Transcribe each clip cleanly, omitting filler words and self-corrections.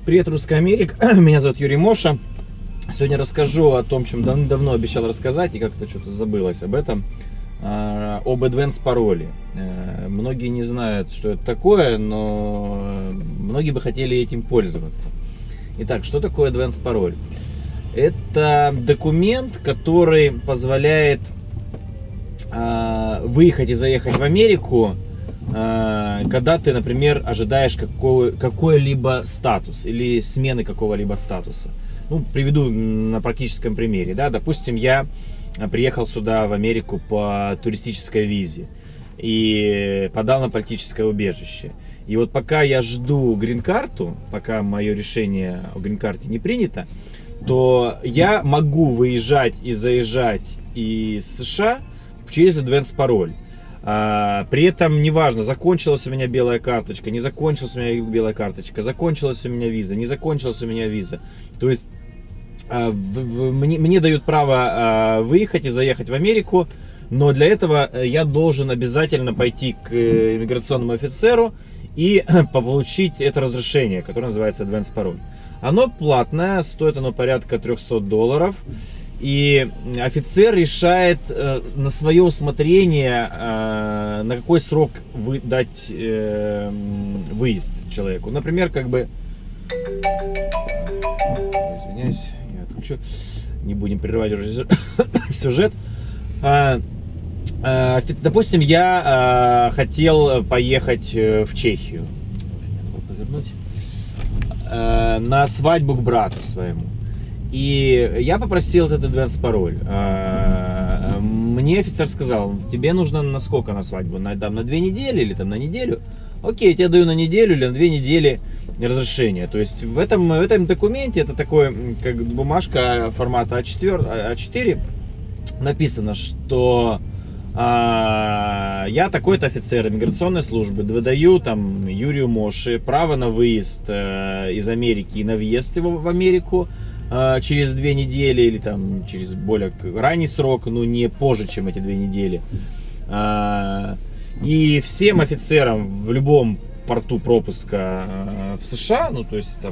Привет, Русская Америка. Меня зовут Юрий Моша. Сегодня расскажу о том, чем давно обещал рассказать, и как-то что-то забылось об этом. Об Advanced пароле. Многие не знают, что это такое, но многие бы хотели этим пользоваться. Итак, что такое Advanced пароль? Это документ, который позволяет выехать и заехать в Америку, когда ты, например, ожидаешь какой-либо статус или смены какого-либо статуса. Ну, приведу на практическом примере. Да? Допустим, я приехал сюда, в Америку, по туристической визе и подал на политическое убежище. И вот пока я жду грин-карту, пока мое решение о грин-карте не принято, то я могу выезжать и заезжать из США через Advanced пароль. При этом неважно, закончилась у меня белая карточка, не закончилась у меня белая карточка, закончилась у меня виза, не закончилась у меня виза. То есть мне дают право выехать и заехать в Америку, но для этого я должен обязательно пойти к иммиграционному офицеру и получить это разрешение, которое называется Advanced пароль. Оно платное, стоит оно порядка $300. И офицер решает на свое усмотрение, на какой срок дать выезд человеку. Например, извиняюсь, я отключу, не будем прерывать уже сюжет. Допустим, я хотел поехать в Чехию, на свадьбу к брату своему. И я попросил этот Advanced пароль. Мне офицер сказал: тебе нужно на сколько на свадьбу? На 2 недели или на неделю? Окей, я тебе даю на неделю или на 2 недели разрешение. То есть в этом документе, это такой, как бумажка формата А4, написано, что я такой-то офицер иммиграционной службы выдаю там Юрию Моше право на выезд из Америки и на въезд его в Америку через 2 недели или там через более ранний срок, но не позже, чем эти 2 недели. И всем офицерам в любом порту пропуска в США, ну то есть там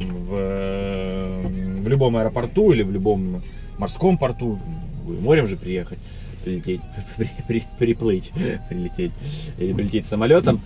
в любом аэропорту или в любом морском порту, морем же приехать, прилететь, прилететь или прилететь самолетом,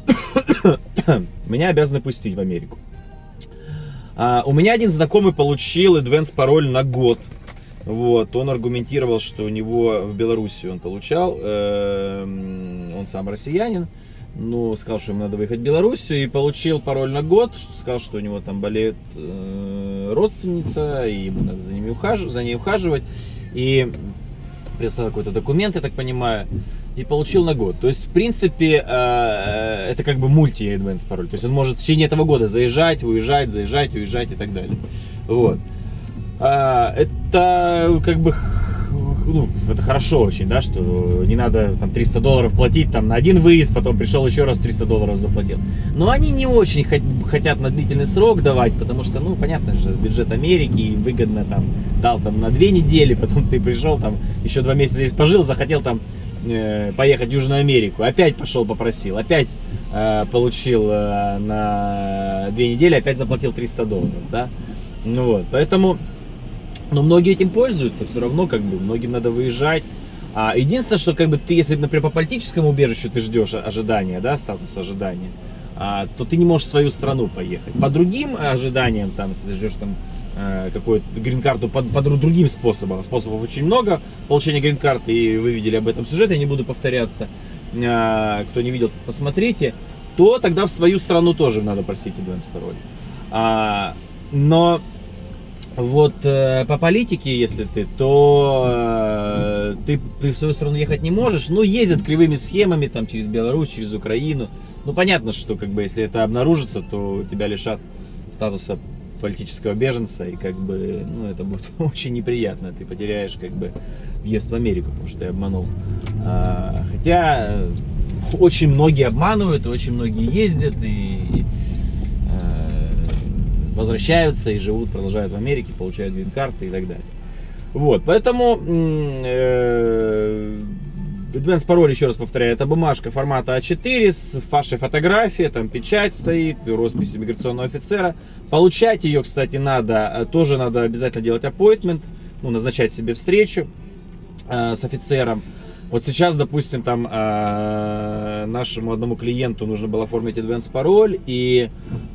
меня обязаны пустить в Америку. У меня один знакомый получил Advanced пароль на год. Вот, он аргументировал, что у него в Беларуси он получал, он сам россиянин, но сказал, что ему надо выехать в Белоруссию, и получил пароль на год, сказал, что у него там болеет родственница, и ему надо за ней ухаживать, и прислал какой-то документ, я так понимаю, и получил на год. То есть, в принципе, это как бы мульти-Advanced пароль. То есть, он может в течение этого года заезжать, уезжать, заезжать, уезжать и так далее. Вот. Это как бы, ну, это хорошо очень, да, что не надо там $300 платить там на один выезд, потом пришел еще раз $300 заплатил. Но они не очень хотят на длительный срок давать, потому что, ну, понятно же, бюджет Америки, и выгодно там, дал там на 2 недели, потом ты пришел там, еще 2 месяца здесь пожил, захотел там поехать в Южную Америку, опять пошел попросил, опять получил на 2 недели, опять заплатил $300, да, ну вот, поэтому, но многие этим пользуются, все равно, как бы, многим надо выезжать. Единственное, что, как бы, ты, если, например, по политическому убежищу ты ждешь ожидания, да, статус ожидания, то ты не можешь в свою страну поехать. По другим ожиданиям, там, если ты ждешь там какую-то грин-карту по другим способам. Способов очень много получения грин-карты, и вы видели об этом сюжет, я не буду повторяться. Кто не видел, посмотрите. То тогда в свою страну тоже надо просить Advanced пароль. Но вот по политике, если ты, то ты в свою страну ехать не можешь. Ну, ездят кривыми схемами там через Беларусь, через Украину. Ну, понятно, что как бы если это обнаружится, то тебя лишат статуса политического беженца, и как бы, ну, это будет очень неприятно. Ты потеряешь как бы въезд в Америку, потому что ты обманул. Хотя очень многие обманывают, очень многие ездят и возвращаются и живут, продолжают в Америке, получают грин-карты и так далее. Вот, поэтому Advanced пароль, еще раз повторяю, это бумажка формата А4 с вашей фотографией, там печать стоит, роспись иммиграционного офицера. Получать ее, кстати, тоже надо обязательно делать appointment, ну, назначать себе встречу с офицером. Вот сейчас, допустим, там нашему одному клиенту нужно было оформить Advanced пароль, и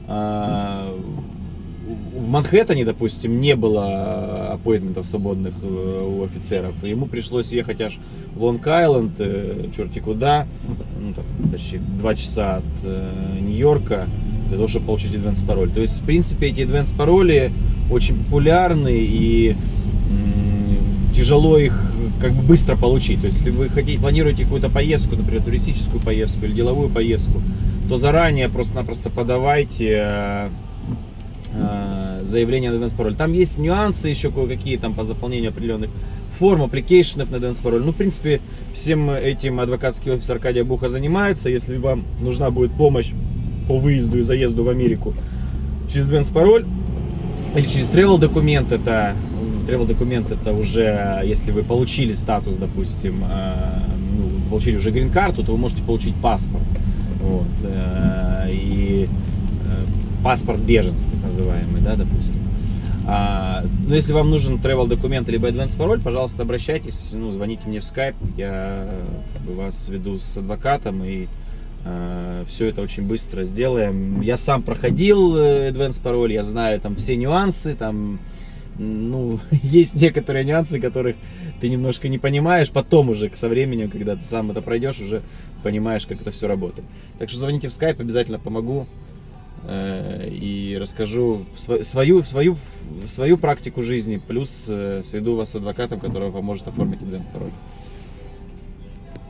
в Манхэттене, допустим, не было аппоинтментов свободных у офицеров. Ему пришлось ехать аж в Лонг-Айленд, черти куда, ну, там, почти 2 часа от Нью-Йорка, для того, чтобы получить Advanced пароль. То есть, в принципе, эти Advanced пароли очень популярны, и тяжело их как бы быстро получить. То есть, если вы планируете какую-то поездку, например, туристическую поездку или деловую поездку, то заранее просто-напросто подавайте заявление на Advanced пароль. Там есть нюансы еще кое-какие там по заполнению определенных форм, аппликейшенов на Advanced пароль. Ну, в принципе, всем этим адвокатский офис Аркадия Буха занимается. Если вам нужна будет помощь по выезду и заезду в Америку через Advanced пароль или через travel документ, это уже, если вы получили статус, допустим, получили уже грин-карту, то вы можете получить паспорт. Вот. И паспорт беженца, так называемый, да, допустим. Но если вам нужен travel документ либо Advanced пароль, пожалуйста, обращайтесь, звоните мне в Skype, я вас сведу с адвокатом, и все это очень быстро сделаем. Я сам проходил Advanced пароль, я знаю там все нюансы, там, есть некоторые нюансы, которых ты немножко не понимаешь, потом уже со временем, когда ты сам это пройдешь, уже понимаешь, как это все работает. Так что звоните в Skype, обязательно помогу и расскажу свою практику жизни, плюс сведу вас с адвокатом, который поможет оформить Advanced пароль.